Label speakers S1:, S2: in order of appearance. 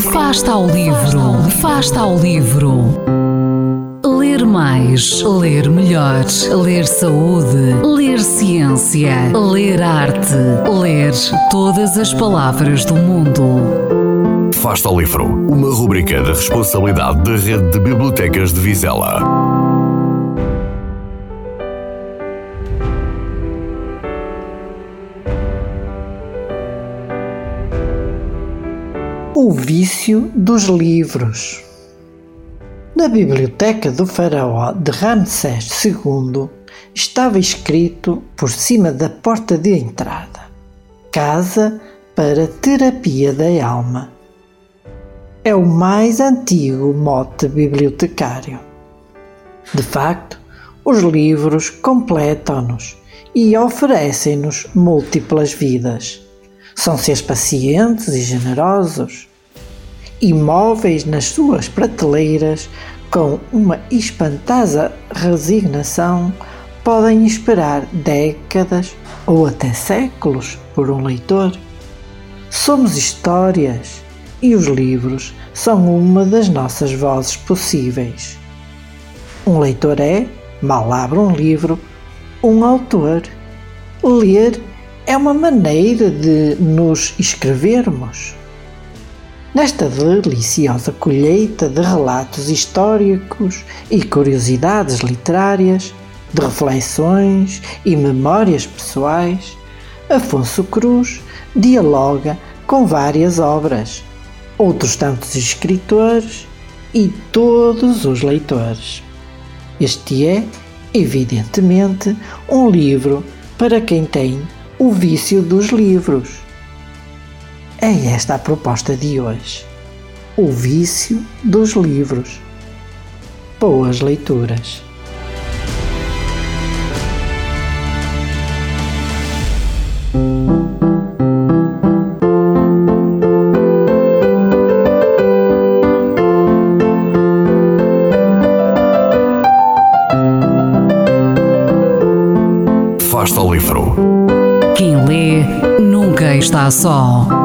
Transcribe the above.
S1: Afasta ao livro, afasta ao livro. Ler mais, ler melhor, ler saúde, ler ciência, ler arte, ler todas as palavras do mundo.
S2: Afasta ao livro, uma rubrica da responsabilidade da Rede de Bibliotecas de Vizela.
S3: O vício dos livros. Na biblioteca do faraó de Ramsés II estava escrito por cima da porta de entrada: Casa para terapia da alma. É o mais antigo mote bibliotecário. De facto, os livros completam-nos e oferecem-nos múltiplas vidas. São seres pacientes e generosos, imóveis nas suas prateleiras, com uma espantosa resignação, podem esperar décadas ou até séculos por um leitor. Somos histórias e os livros são uma das nossas vozes possíveis. Um leitor é, mal abre um livro, um autor. Ler é uma maneira de nos escrevermos. Nesta deliciosa colheita de relatos históricos e curiosidades literárias, de reflexões e memórias pessoais, Afonso Cruz dialoga com várias obras, outros tantos escritores e todos os leitores. Este é, evidentemente, um livro para quem tem o vício dos livros. É esta a proposta de hoje. O vício dos livros. Boas leituras.
S2: Afasta ao livro.
S1: Quem lê nunca está só.